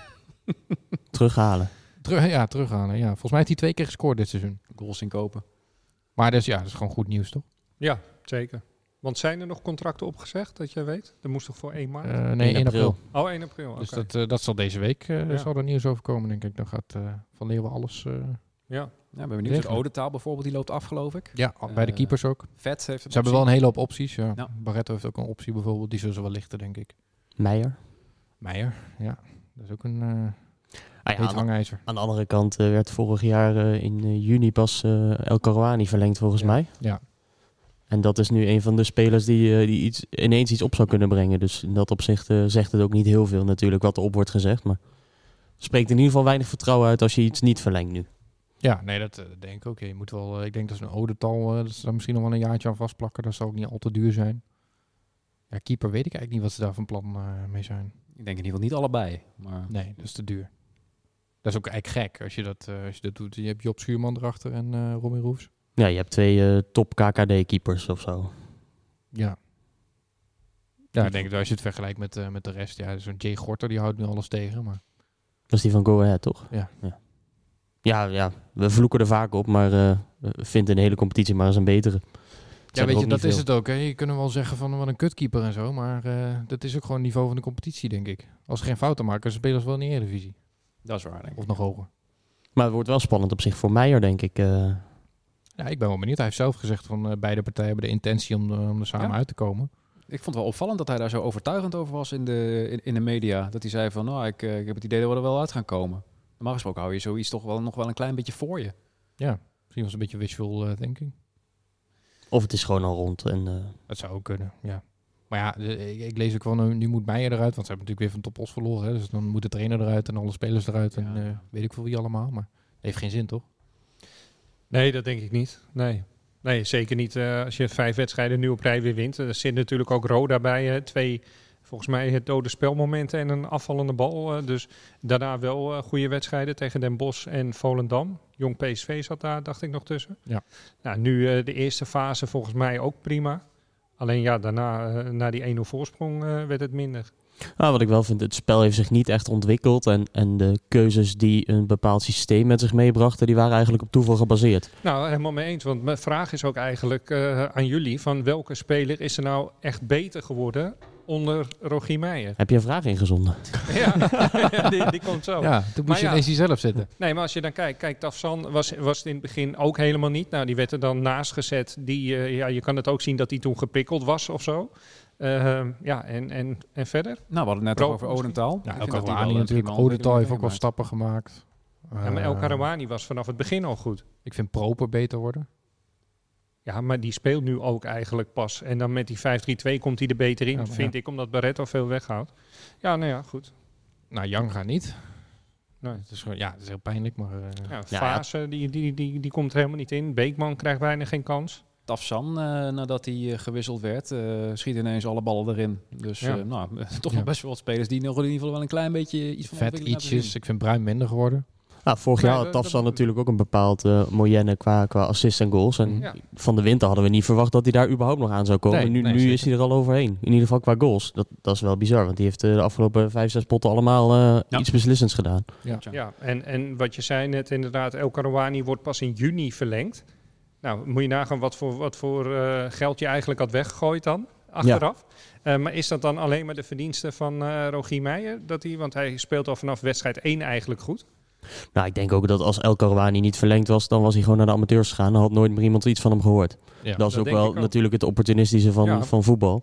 I: Terughalen.
F: Terughalen. Ja. Volgens mij heeft hij 2 keer gescoord dit seizoen.
G: Goals inkopen.
F: Maar dus, dat is gewoon goed nieuws, toch?
H: Ja, zeker. Want zijn er nog contracten opgezegd, dat jij weet? Dat moest toch voor 1 maart?
F: Nee, 1 april.
H: Oh, 1 april.
F: Dus dat zal deze week zal er nieuws over komen, denk ik. Dan gaat Van Leeuwen alles...
G: Ja, ben benieuwd. Odetaal bijvoorbeeld, die loopt af, geloof ik.
F: Ja, bij de keepers ook.
G: Vet heeft
F: Ze hebben wel een hele hoop opties. Ja. Barretto heeft ook een optie bijvoorbeeld. Die zullen ze wel lichten, denk ik.
I: Meijer,
F: ja. Dat is ook een heet hangijzer.
I: Aan de andere kant werd vorig jaar in juni pas El Karouani verlengd, volgens mij.
F: Ja.
I: En dat is nu een van de spelers die ineens iets op zou kunnen brengen. Dus in dat opzicht zegt het ook niet heel veel natuurlijk wat er op wordt gezegd. Maar het spreekt in ieder geval weinig vertrouwen uit als je iets niet verlengt nu.
F: Ja, nee, dat denk ik ook. Je moet wel, ik denk dat ze een Odetal, dat ze daar misschien nog wel een jaartje aan vastplakken. Dat zal ook niet al te duur zijn. Ja, keeper weet ik eigenlijk niet wat ze daar van plan mee zijn.
G: Ik denk in ieder geval niet allebei. Maar...
F: Nee, dat is te duur. Dat is ook eigenlijk gek als je dat doet. Je hebt Job Schuurman erachter en Robin Roefs.
I: Ja, je hebt 2 top KKD-keepers of zo.
F: Ja. Ja, ik denk dat als je het vergelijkt met de rest. Ja, zo'n Jay Gorter, die houdt nu alles tegen. Maar...
I: Dat is die van Go Ahead, toch? Ja, we vloeken er vaak op, maar we vinden de hele competitie maar eens een betere.
F: Ja, weet je, dat is het ook. Hè. Je kunt wel zeggen van wat een kutkeeper en zo, maar dat is ook gewoon het niveau van de competitie, denk ik. Als ze geen fouten maken, spelen ze wel in de Eredivisie.
G: Dat is waar, denk ik.
F: Of nog hoger.
I: Maar het wordt wel spannend op zich voor Meijer, denk ik.
F: Ja, ik ben wel benieuwd. Hij heeft zelf gezegd van beide partijen hebben de intentie om er samen uit te komen.
G: Ik vond het wel opvallend dat hij daar zo overtuigend over was in de media. Dat hij zei van, ik heb het idee dat we er wel uit gaan komen. Normaal gesproken hou je zoiets toch wel nog wel een klein beetje voor je.
F: Ja, misschien was het een beetje wishful thinking.
I: Of het is gewoon al rond.
F: Dat zou ook kunnen, ja. Maar ja, ik lees ook wel, nu moet Meijer eruit. Want ze hebben natuurlijk weer van Top Os verloren. Hè, dus dan moet de trainer eruit en alle spelers eruit. Ja. En weet ik veel wie allemaal. Maar het heeft geen zin, toch?
H: Nee, dat denk ik niet. Nee. Nee, zeker niet als je 5 wedstrijden nu op rij weer wint. Er zit natuurlijk ook Roda bij. 2, volgens mij, het dode spelmomenten en een afvallende bal. Dus daarna wel goede wedstrijden tegen Den Bosch en Volendam. Jong PSV zat daar, dacht ik, nog tussen.
F: Ja.
H: Nou, nu de eerste fase volgens mij ook prima. Alleen ja, daarna, na die 1-0 voorsprong, werd het minder.
I: Nou, wat ik wel vind, het spel heeft zich niet echt ontwikkeld. En de keuzes die een bepaald systeem met zich meebrachten, die waren eigenlijk op toeval gebaseerd.
H: Nou, helemaal mee eens. Want mijn vraag is ook eigenlijk aan jullie. Van welke speler is er nou echt beter geworden onder Rogier Meijer?
I: Heb je een vraag ingezonden?
H: Ja, die komt zo.
F: Ja, toen moest je ineens zelf zitten.
H: Nee, maar als je dan kijkt, Tafsan was het in het begin ook helemaal niet. Nou, die werd er dan naast gezet. Je kan het ook zien dat hij toen geprikkeld was of zo. En verder?
G: Nou, we hadden het net over Odental.
F: Ja, El Karouani natuurlijk. Odental heeft ook wel stappen gemaakt.
H: Maar El Karouani was vanaf het begin al goed.
F: Ik vind Proper beter worden.
H: Ja, maar die speelt nu ook eigenlijk pas. En dan met die 5-3-2 komt hij er beter in, vind ik, omdat Barretto veel weghoudt. Ja, nou ja, goed.
F: Nou, Janga niet.
H: Nee.
F: Het is gewoon, het is heel pijnlijk, maar...
H: Fase, die komt er helemaal niet in. Beekman krijgt bijna geen kans.
G: Tafsan, nadat hij gewisseld werd, schiet ineens alle ballen erin. Dus toch nog best wel wat spelers die nog in ieder geval wel een klein beetje iets van
F: vet ietsjes. Ik vind Bruin minder geworden.
I: Nou, vorig jaar had Tafsan natuurlijk ook een bepaald moyenne qua assists en goals. En van de winter hadden we niet verwacht dat hij daar überhaupt nog aan zou komen. Nu is hij er al overheen. In ieder geval qua goals. Dat is wel bizar, want die heeft de afgelopen 5-6 potten allemaal iets beslissend gedaan.
H: Ja, en wat je zei net inderdaad, El Karouani wordt pas in juni verlengd. Nou, moet je nagaan wat voor geld je eigenlijk had weggegooid dan, achteraf. Ja. Maar is dat dan alleen maar de verdienste van Rogier Meijer? Want hij speelt al vanaf wedstrijd 1 eigenlijk goed.
I: Nou, ik denk ook dat als El Karouani niet verlengd was, dan was hij gewoon naar de amateurs gegaan. Dan had nooit meer iemand iets van hem gehoord. Ja, dat is ook wel natuurlijk het opportunistische van voetbal.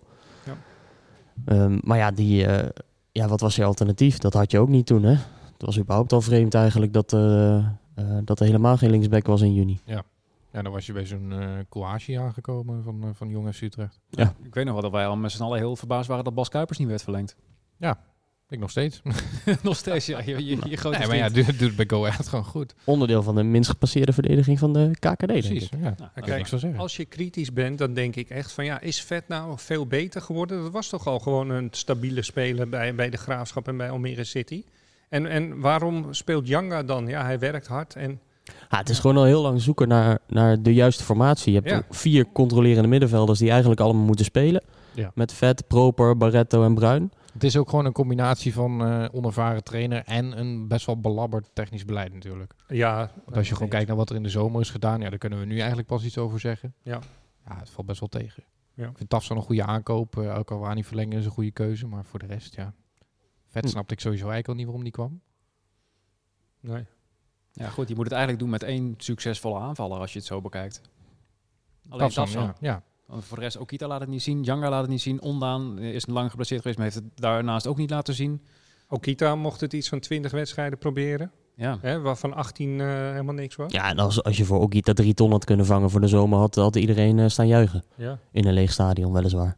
I: Ja. Maar ja, wat was je alternatief? Dat had je ook niet toen, hè? Het was überhaupt al vreemd eigenlijk dat er helemaal geen linksback was in juni.
F: Ja. Ja, dan was je bij zo'n Kouachi aangekomen van Jong FC Utrecht.
G: Ja. Ik weet nog wel dat wij al met z'n allen heel verbaasd waren dat Bas Kuipers niet werd verlengd.
F: Ja, ik nog steeds.
G: Nog steeds, ja. Je grote
F: maar ja, doet het bij Go Ahead gewoon goed.
I: Onderdeel van de minst gepasseerde verdediging van de KKD,
F: precies,
I: denk ik.
F: Ja.
H: Kijk, als je kritisch bent, dan denk ik echt van is Vet nou veel beter geworden? Dat was toch al gewoon een stabiele speler bij de Graafschap en bij Almere City. En waarom speelt Janga dan? Ja, hij werkt hard en...
I: het is gewoon al heel lang zoeken naar de juiste formatie. Je hebt 4 controlerende middenvelders die eigenlijk allemaal moeten spelen. Ja. Met Vet, Proper, Barretto en Bruin.
F: Het is ook gewoon een combinatie van onervaren trainer en een best wel belabberd technisch beleid natuurlijk.
H: Ja.
F: Want als je gewoon kijkt naar wat er in de zomer is gedaan, daar kunnen we nu eigenlijk pas iets over zeggen.
H: Ja.
F: Ja, het valt best wel tegen.
H: Ja. Ik
F: vind Tafsan een goede aankoop. El Karouani verlengen is een goede keuze, maar voor de rest, Vet snapte ik sowieso eigenlijk al niet waarom die kwam.
H: Nee.
G: Ja, goed, je moet het eigenlijk doen met 1 succesvolle aanvaller als je het zo bekijkt. Alleen Tafsan.
F: Ja.
G: Want voor de rest, Okita laat het niet zien, Janga laat het niet zien, Ondaan is lang geblesseerd geweest, maar heeft het daarnaast ook niet laten zien.
H: Okita mocht het iets van 20 wedstrijden proberen.
G: Ja.
H: Waarvan 18 helemaal niks was.
I: Ja, en als je voor Okita 3 ton had kunnen vangen voor de zomer, had iedereen staan juichen. Ja. In een leeg stadion, weliswaar.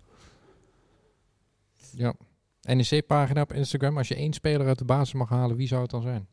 F: Ja. NEC-pagina op Instagram. Als je 1 speler uit de basis mag halen, wie zou het dan zijn?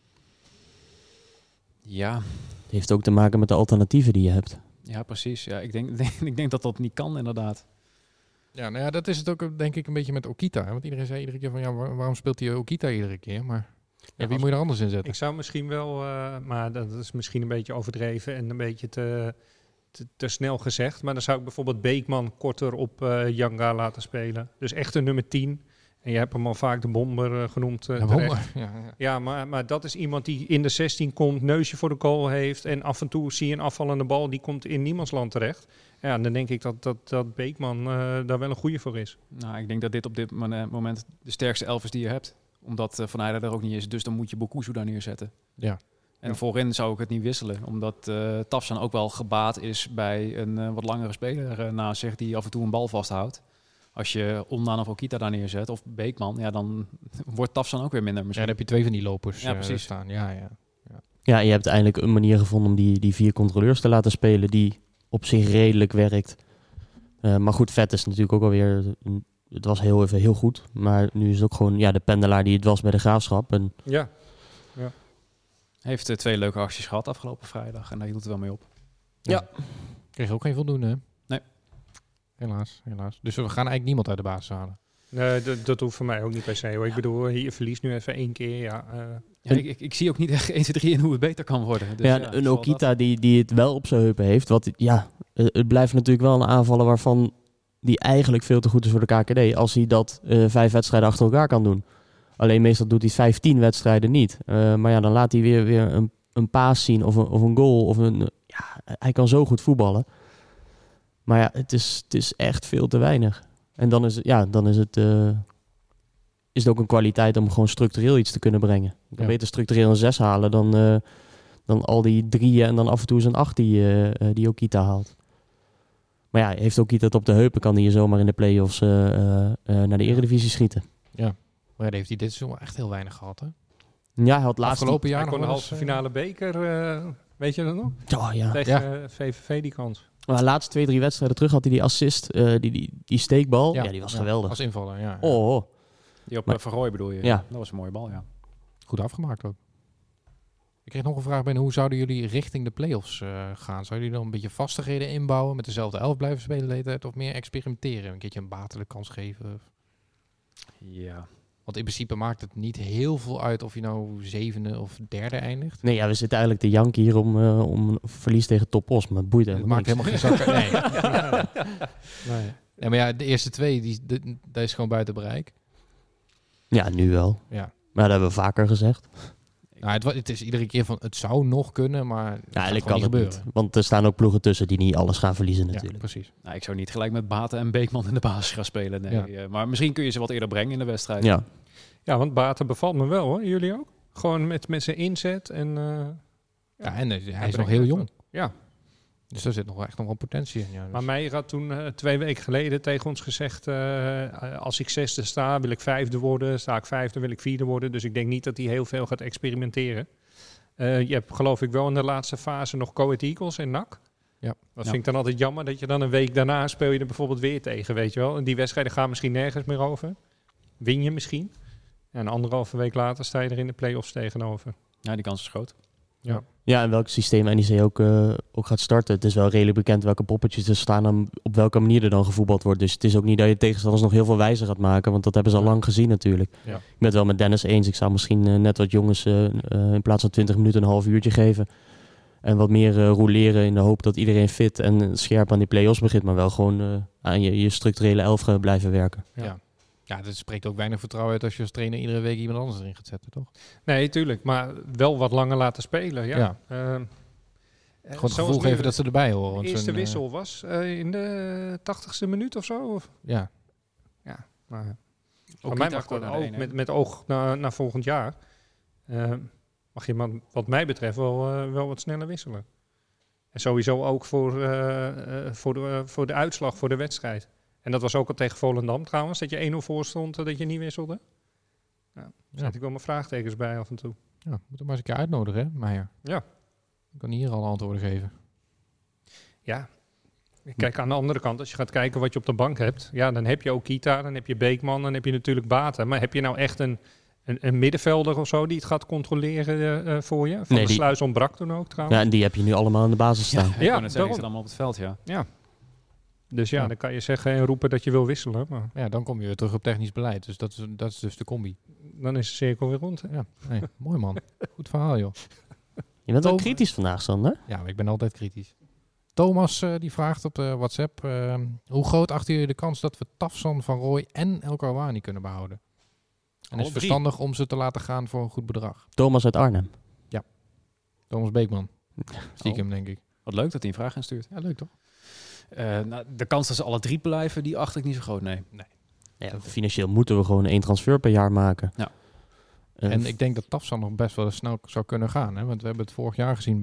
G: Ja.
I: Het heeft ook te maken met de alternatieven die je hebt.
G: Ja, precies. Ja, ik denk dat dat niet kan, inderdaad.
F: Ja, nou ja, dat is het ook denk ik een beetje met Okita. Hè? Want iedereen zei iedere keer van, waarom speelt hij Okita iedere keer? Maar wie moet je er anders in zetten?
H: Ik zou misschien wel, maar dat is misschien een beetje overdreven en een beetje te snel gezegd. Maar dan zou ik bijvoorbeeld Beekman korter op Janga laten spelen. Dus echt een nummer 10. En je hebt hem al vaak de bomber genoemd. Ja, maar dat is iemand die in de 16 komt, neusje voor de goal heeft. En af en toe zie je een afvallende bal, die komt in niemands land terecht. Ja, dan denk ik dat Beekman daar wel een goeie voor is.
G: Nou, ik denk dat dit op dit moment de sterkste 11 is die je hebt. Omdat Van Heijden er ook niet is. Dus dan moet je Bokusu daar neerzetten.
F: Ja.
G: En voorin zou ik het niet wisselen. Omdat Tafsan ook wel gebaat is bij een wat langere speler naast zich die af en toe een bal vasthoudt. Als je Ondaan of Okita daar neerzet, of Beekman, dan wordt Tafsan ook weer minder misschien.
F: Ja, dan heb je 2 van die lopers
G: precies.
F: staan.
I: Ja, je hebt eindelijk een manier gevonden om die 4 controleurs te laten spelen, die op zich redelijk werkt. Maar goed, Vet is natuurlijk ook alweer... Het was heel goed, maar nu is het ook gewoon de pendelaar die het was bij de Graafschap. En...
H: Ja.
G: Heeft 2 leuke acties gehad afgelopen vrijdag en daar hield het wel mee op.
I: Ja.
F: Kreeg ook geen voldoende, hè?
G: Nee.
F: Helaas. Dus we gaan eigenlijk niemand uit de basis halen.
H: Nee, dat hoeft voor mij ook niet per se, hoor. Ik bedoel, je verliest nu even 1 keer,
G: Ik zie ook niet echt 1, 2, 3 in hoe het beter kan worden. Dus
I: een Okita die het wel op zijn heupen heeft. Het blijft natuurlijk wel een aanvaller waarvan die eigenlijk veel te goed is voor de KKD. Als hij dat 5 wedstrijden achter elkaar kan doen. Alleen meestal doet hij 15 wedstrijden niet. Maar ja, dan laat hij weer een paas zien of een goal. Hij kan zo goed voetballen. Maar ja, het is echt veel te weinig. En dan is het ook een kwaliteit om gewoon structureel iets te kunnen brengen. Je kan beter structureel een 6 halen dan al die 3 en dan af en toe eens een 8 die Okita haalt. Maar ja, heeft Okita het op de heupen, kan hij je zomaar in de play-offs naar de Eredivisie schieten.
F: Ja, maar heeft hij dit seizoen echt heel weinig gehad, hè?
I: Ja, hij had
F: afgelopen jaar
H: nog een halve finale beker, weet je dat nog?
I: Ja.
H: Tegen VVV die kans.
I: Maar de laatste 2-3 wedstrijden terug had hij die assist, die steekbal. Ja, die was geweldig.
F: Als invaller, ja.
I: Oh.
G: Die op Vergooy bedoel je?
I: Ja.
G: Dat was een mooie bal, ja.
F: Goed afgemaakt ook. Ik kreeg nog een vraag binnen. Hoe zouden jullie richting de play-offs gaan? Zouden jullie dan een beetje vastigheden inbouwen? Met dezelfde 11 blijven spelen de hele tijd? Of meer experimenteren? Een keertje een Batele kans geven?
G: Ja.
F: Want in principe maakt het niet heel veel uit of je nou 7e of 3e eindigt.
I: Nee, ja, we zitten eigenlijk te janken hier om een verlies tegen Top Os. Maar het boeit
F: het maakt helemaal geen zak. Nee. Nee. Ja, maar ja, de eerste 2, dat is gewoon buiten bereik.
I: Ja, nu wel.
F: Ja.
I: Maar dat hebben we vaker gezegd.
F: Nou, het is iedere keer van, het zou nog kunnen, maar
I: ja, eigenlijk kan
F: het
I: niet. Want er staan ook ploegen tussen die niet alles gaan verliezen natuurlijk.
F: Ja, precies.
G: Nou, ik zou niet gelijk met Baten en Beekman in de basis gaan spelen. Nee. Ja. Maar misschien kun je ze wat eerder brengen in de wedstrijd.
H: Ja, want Baten bevalt me wel, hoor. Jullie ook? Gewoon met zijn inzet. En
F: hij is nog heel jong.
H: Ja.
F: Dus daar zit nog wel potentie in. Ja, dus.
H: Maar Meijer had toen 2 weken geleden tegen ons gezegd... als ik 6e sta, wil ik 5e worden. Sta ik 5e, wil ik 4e worden. Dus ik denk niet dat hij heel veel gaat experimenteren. Je hebt geloof ik wel in de laatste fase nog Go Ahead Eagles en NAC.
F: Ja.
H: Dat vind ik dan altijd jammer, dat je dan een week daarna speel je er bijvoorbeeld weer tegen, weet je wel. En die wedstrijden gaan misschien nergens meer over. Win je misschien. En 1,5 week later sta je er in de play-offs tegenover.
G: Ja, die kans is groot.
I: Ja, en welk systeem NEC ook gaat starten. Het is wel redelijk bekend welke poppetjes er staan en op welke manier er dan gevoetbald wordt. Dus het is ook niet dat je tegenstanders nog heel veel wijzer gaat maken, want dat hebben ze al lang gezien natuurlijk. Ja. Ik ben het wel met Dennis eens. Ik zou misschien net wat jongens in plaats van 20 minuten een half uurtje geven. En wat meer roleren in de hoop dat iedereen fit en scherp aan die play-offs begint. Maar wel gewoon aan je structurele 11 blijven werken.
F: Ja, dat spreekt ook weinig vertrouwen uit als je als trainer iedere week iemand anders erin gaat zetten, toch?
H: Nee, tuurlijk. Maar wel wat langer laten spelen, ja.
F: Gewoon het gevoel geven dat ze erbij horen.
H: De eerste wissel was in de 80ste minuut of zo? Of?
F: Ja.
H: Ja, maar van mij mag dat ook met oog naar volgend jaar. Mag je wat mij betreft wel wat sneller wisselen. En sowieso ook voor de uitslag, voor de wedstrijd. En dat was ook al tegen Volendam trouwens, dat je 1-0 voor stond, dat je niet wisselde. Nou, daar zet ik wel mijn vraagtekens bij af en toe.
F: Ja, moet hem maar eens een keer uitnodigen, hè, Meijer?
H: Ja.
F: Ik kan hier alle antwoorden geven.
H: Ja. Kijk, aan de andere kant, als je gaat kijken wat je op de bank hebt, ja, dan heb je ook Kita, dan heb je Beekman, dan heb je natuurlijk Baten. Maar heb je nou echt een middenvelder of zo die het gaat controleren voor je? Van de Sluis ontbrak toen ook trouwens.
I: Ja, en die heb je nu allemaal in de basis staan.
G: Ja, die zijn allemaal op het veld,
H: ja. Dus ja, dan kan je zeggen en roepen dat je wil wisselen. Maar
F: ja, dan kom je weer terug op technisch beleid. Dus dat is dus de combi.
H: Dan is de cirkel weer rond. Hè?
F: Ja, nee, mooi man. Goed verhaal, joh.
I: Je bent wel kritisch vandaag, Sander.
F: Ja, maar ik ben altijd kritisch. Thomas die vraagt op de WhatsApp... hoe groot achten jullie de kans dat we Tafsan, Van Rooij en El Karouani kunnen behouden? En is het verstandig om ze te laten gaan voor een goed bedrag?
I: Thomas uit Arnhem.
F: Ja. Thomas Beekman. Stiekem, denk ik.
G: Wat leuk dat hij een vraag instuurt.
F: Ja, leuk toch?
G: De kans dat ze alle 3 blijven, die acht ik niet zo groot, nee.
I: Ja, financieel moeten we gewoon 1 transfer per jaar maken.
G: Ja.
F: En ik denk dat Tafsan nog best wel snel zou kunnen gaan. Hè? Want we hebben het vorig jaar gezien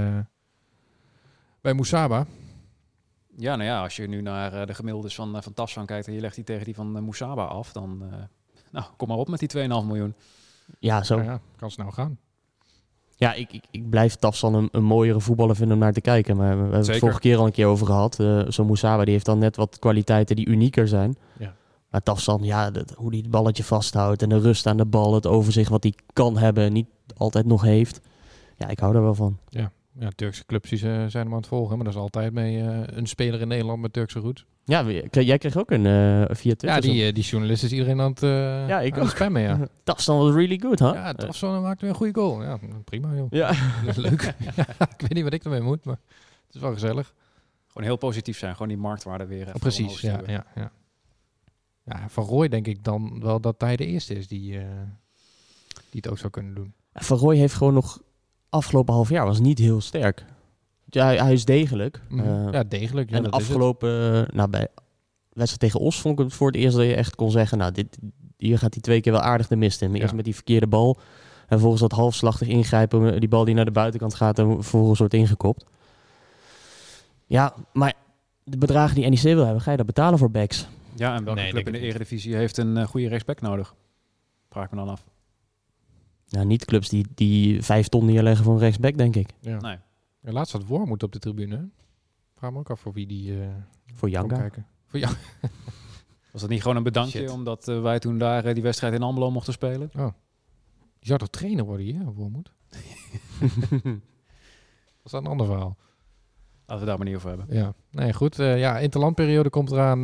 F: bij Moussaba.
G: Ja, nou ja, als je nu naar de gemiddeldes van Tafsan kijkt en je legt die tegen die van Moussaba af, dan kom maar op met die 2,5 miljoen.
I: Ja, zo.
F: Ja, kan snel gaan.
I: Ja, ik blijf Tafsan een mooiere voetballer vinden om naar te kijken. Maar we hebben het vorige keer al een keer over gehad. Zo'n Moussaba die heeft dan net wat kwaliteiten die unieker zijn.
F: Ja.
I: Maar Tafsan, ja, hoe die het balletje vasthoudt en de rust aan de bal, het overzicht wat hij kan hebben en niet altijd nog heeft. Ja, ik hou daar wel van.
F: Ja, Ja, Turkse clubs die zijn hem aan het volgen. Maar dat is altijd mee een speler in Nederland met Turkse roots.
I: Ja, jij kreeg ook een via Twitter.
F: Ja, die journalist is iedereen aan het spammen, ja.
I: Tafsan was really good, hè?
F: Ja, Tafsan maakte weer een goede goal. Ja, prima, joh.
I: Ja.
F: Leuk. Ik weet niet wat ik ermee moet, maar het is wel gezellig.
G: Gewoon heel positief zijn. Gewoon die marktwaarde weer even
F: precies, ja. Ja, Van Rooij denk ik dan wel dat hij de eerste is die het ook zou kunnen doen.
I: Van Rooij heeft gewoon nog afgelopen half jaar was niet heel sterk. Ja, hij is degelijk.
F: Degelijk. Ja,
I: en afgelopen bij wedstrijd tegen Os vond ik het voor het eerst dat je echt kon zeggen, nou, hier gaat hij 2 keer wel aardig de mist in. Maar eerst met die verkeerde bal en vervolgens dat halfslachtig ingrijpen, die bal die naar de buitenkant gaat en vervolgens wordt ingekopt. Ja, maar de bedragen die NEC wil hebben, ga je dat betalen voor backs?
G: Ja, en welke club in de Eredivisie heeft een goede rechtsback nodig? Vraag ik me dan af.
I: Nou, niet clubs die 5 ton neerleggen voor een rechtsback, denk ik.
F: Ja. Nee. Ja, laatst had Wormoed op de tribune. Vraag me ook af voor wie die...
I: voor Janga.
F: Kijken. Voor Janga.
G: Was dat niet gewoon een bedankje omdat wij toen daar die wedstrijd in Almelo mochten spelen?
F: Oh. Die zou toch trainer worden hier, Wormoed? Was dat een ander verhaal?
G: Laten we daar maar niet over hebben.
F: Ja, nee, goed. Interlandperiode komt eraan.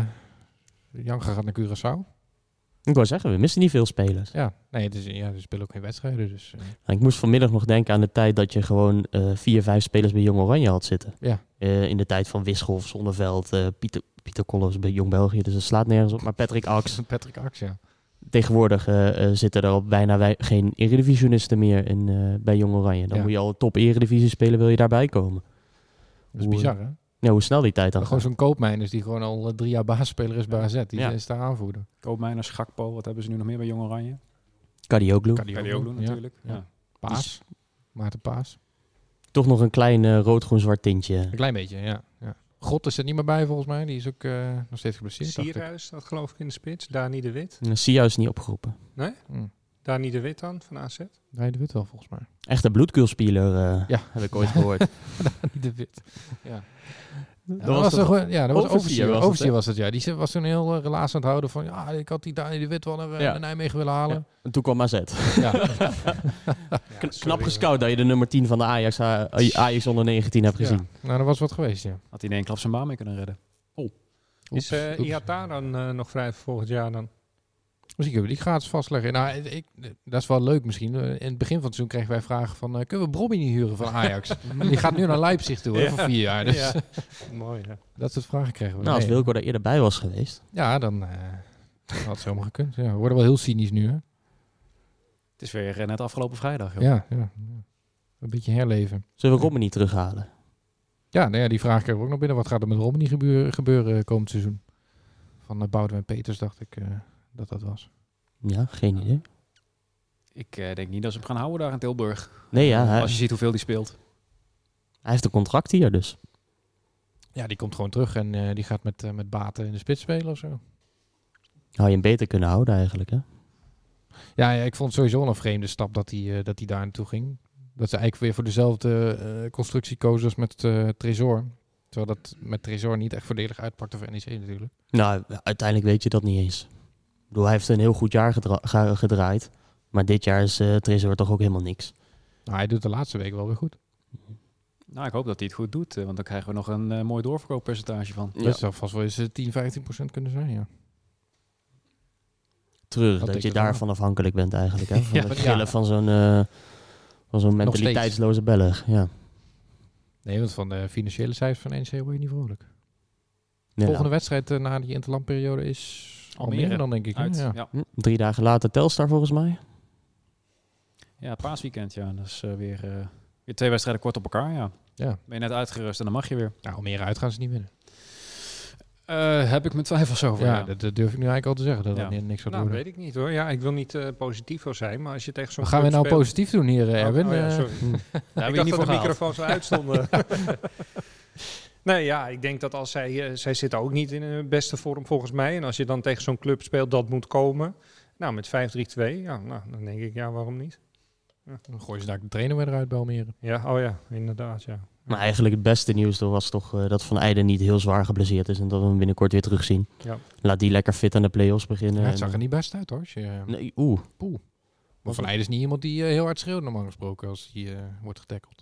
F: Janga gaat naar Curaçao.
I: Ik wou zeggen, we missen niet veel spelers.
F: Ja, nee, er spelen ook geen wedstrijden. Dus,
I: Ik moest vanmiddag nog denken aan de tijd dat je gewoon 4, 5 spelers bij Jong Oranje had zitten.
F: Ja.
I: In de tijd van Wischoff, Zonneveld, Pieter Collins bij Jong België. Dus dat slaat nergens op. Maar Patrick Aks.
F: Patrick Aks, ja.
I: Tegenwoordig zitten er al bijna geen eredivisionisten meer bij Jong Oranje. Dan moet je al top eredivisie spelen, wil je daarbij komen.
F: Dat is bizar, hè?
I: Ja, hoe snel die tijd dan
F: gewoon zo'n Koopmeiners die gewoon al 3 jaar basisspeler is bij AZ. Die is daar aanvoerder.
G: Koopmeiners, Gakpo, wat hebben ze nu nog meer bij Jong Oranje?
I: Kadioglu
G: natuurlijk. Ja.
F: Paas. Maarten Paas.
I: Toch nog een klein rood-groen-zwart tintje.
F: Een klein beetje, ja. God is er niet meer bij volgens mij. Die is ook nog steeds geblesseerd.
H: Sierhuis, dat geloof ik in de spits. Dani de Wit.
I: Sierhuis is niet opgeroepen.
H: Nee? Dani de Wit dan, van AZ?
F: Dani de Wit wel volgens mij.
I: Echt een bloedkulspieler heb ik ooit gehoord.
F: Dani de Wit, ja.
I: Dat was
F: Overzier was het, ja. Die was toen heel relaas aan het houden van... Ja, ik had die Dani de Wit wel naar Nijmegen willen halen.
I: Ja. En toen kwam AZ.
F: Ja.
I: Knap gescout dat je de nummer 10 van de Ajax onder 19 hebt gezien.
F: Nou, dat was wat geweest, ja.
G: Had hij in 1 klap zijn baan mee kunnen redden.
H: Is Iata dan nog vrij voor volgend jaar dan?
F: Misschien kunnen we die gratis vastleggen. Nou, dat is wel leuk misschien. In het begin van het seizoen kregen wij vragen van... kunnen we Brobby niet huren van Ajax? Die gaat nu naar Leipzig toe voor 4 jaar. Dus
H: ja. Mooi, hè?
F: Dat soort vragen kregen we.
I: Nou, als Wilco daar eerder bij was geweest.
F: Ja, dan had het zomaar gekund. Ja, we worden wel heel cynisch nu, hè?
G: Het is weer net afgelopen vrijdag. Joh.
F: Ja. Een beetje herleven.
I: Zullen we Romani terughalen?
F: Ja, nou ja, die vraag kregen we ook nog binnen. Wat gaat er met Romani gebeuren komend seizoen? Van Boudewijn Peters dacht ik... dat was.
I: Ja, geen idee.
G: Ik denk niet dat ze hem gaan houden daar in Tilburg.
I: Nee, ja.
G: Als je ziet hoeveel die speelt.
I: Hij heeft een contract hier dus.
F: Ja, die komt gewoon terug en die gaat met Baten in de spits spelen of zo.
I: Had je hem beter kunnen houden eigenlijk, hè?
F: Ja, ik vond het sowieso een vreemde stap dat hij daar naartoe ging. Dat ze eigenlijk weer voor dezelfde constructie kozen als met Tresor. Terwijl dat met Tresor niet echt voordelig uitpakte voor NEC natuurlijk.
I: Nou, uiteindelijk weet je dat niet eens. Ik bedoel, hij heeft een heel goed jaar gedraaid. Maar dit jaar is Tresor toch ook helemaal niks.
F: Nou, hij doet de laatste week wel weer goed.
G: Nou, ik hoop dat hij het goed doet. Want dan krijgen we nog een mooi doorverkooppercentage van.
F: Ja. Dat zou vast wel eens 10-15% kunnen zijn, ja.
I: Treurig dat je daarvan afhankelijk bent eigenlijk. Hè? Van de gillen van zo'n mentaliteitsloze Belg. Ja.
F: Nee, want van de financiële cijfers van NEC word je niet vrolijk.
I: Ja,
F: volgende wedstrijd na die interlandperiode is Almere dan, denk ik.
G: Ja.
I: 3 dagen later Telstar volgens mij.
G: Ja, paasweekend, ja. Dat is weer 2 wedstrijden kort op elkaar, ja. Ben je net uitgerust en dan mag je weer.
F: Nou, Almere uit gaan ze niet winnen.
G: Heb ik mijn twijfels over.
F: Ja, dat durf ik nu eigenlijk al te zeggen. Dat er niks gaat worden.
H: Weet ik niet hoor. Ja, ik wil niet positief voor zijn, maar als je tegen zo'n...
F: Wat gaan we nou positief doen hier, Erwin?
H: Sorry.
G: Daar
H: ik dacht dat de microfoons zo uitstonden. Nee, ja, ik denk dat als zij zitten ook niet in hun beste vorm volgens mij. En als je dan tegen zo'n club speelt, dat moet komen. Nou, met 5-3-2, dan denk ik, waarom niet?
F: Ja. Dan gooi je daar de trainer weer eruit bij Almere.
H: Ja, inderdaad, ja.
I: Maar eigenlijk het beste nieuws was toch dat Van Eijden niet heel zwaar geblesseerd is. En dat we hem binnenkort weer terugzien. Ja. Laat die lekker fit aan de play-offs beginnen.
F: Ja, het zag er niet best uit hoor.
I: Nee,
F: Maar Van Eijden is niet iemand die heel hard schreeuwt normaal gesproken als hij wordt getackeld.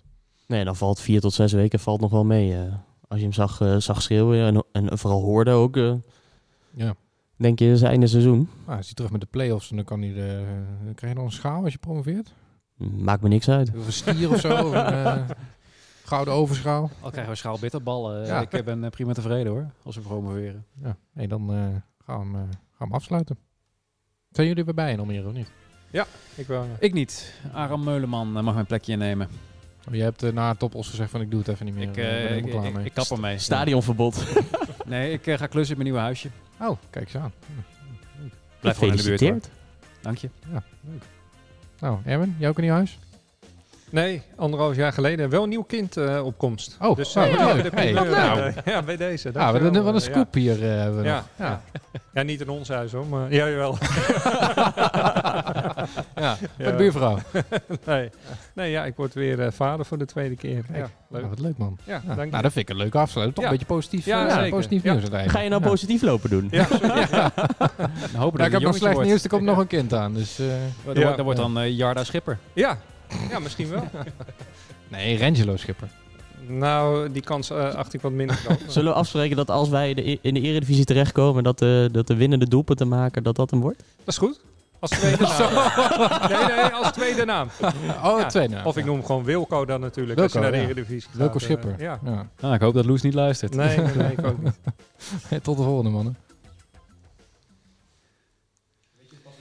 I: Nee, dan valt 4 tot 6 weken valt nog wel mee. Als je hem zag schreeuwen en vooral hoorde ook.
F: Ja.
I: Denk je, is einde seizoen.
F: Is hij terug met de play-offs en dan kan hij dan krijg je nog een schaal als je promoveert?
I: Maakt me niks uit.
F: Of een stier of zo. Een gouden overschaal.
C: Al krijgen we een schaal bitterballen. Ik ben prima tevreden hoor, als we promoveren.
F: Ja, nee, dan gaan we hem afsluiten. Zijn jullie weer bij in Almere of niet?
H: Ja, ik wel.
C: Ik niet. Aram Meuleman mag mijn plekje innemen.
F: Je hebt na Toppos gezegd van ik doe het even niet meer.
C: Ik kap ermee.
I: Stadionverbod.
C: Nee, ik ga klussen in mijn nieuwe huisje.
F: Oh, kijk eens aan.
C: Blijf gewoon in de buurt. Hoor. Dank je.
F: Ja, leuk. Nou, Erwin, jij ook een nieuw huis?
H: Nee, 1,5 jaar geleden wel een nieuw kind op komst.
F: Oh,
H: dus,
F: wat
H: ja, bij deze.
F: Wat een scoop hier hebben we nog.
H: Ja, niet in ons huis hoor, maar jawel.
F: Met buurvrouw.
H: Nee, ik word weer vader voor de tweede keer.
F: Kijk, leuk. Wat leuk man.
H: Ja, dank je.
F: Nou, dat vind ik een leuke afsluiting. Toch een beetje positief. Positief nieuws uiteindelijk.
I: Ga je nou positief lopen doen?
H: Ja,
F: ik heb nog slecht nieuws, er komt nog een kind aan. Dus,
C: dat wordt dan Jarda Schipper.
H: Ja, misschien wel.
F: Nee, Rangelo Schipper.
H: Nou, die kans acht ik wat minder groot.
I: Zullen we afspreken dat als wij in de Eredivisie terechtkomen, dat de winnende doelpunten maken, dat hem wordt?
H: Dat is goed. Als tweede naam. Nee, als tweede naam.
F: Tweede naam.
H: Of ik noem hem gewoon Wilco dan natuurlijk,
F: Wilco,
H: als je naar de Eredivisie gaat.
F: Wilco Schipper.
C: Ik hoop dat Loes niet luistert.
H: Nee, ik ook niet.
F: Tot de volgende, mannen.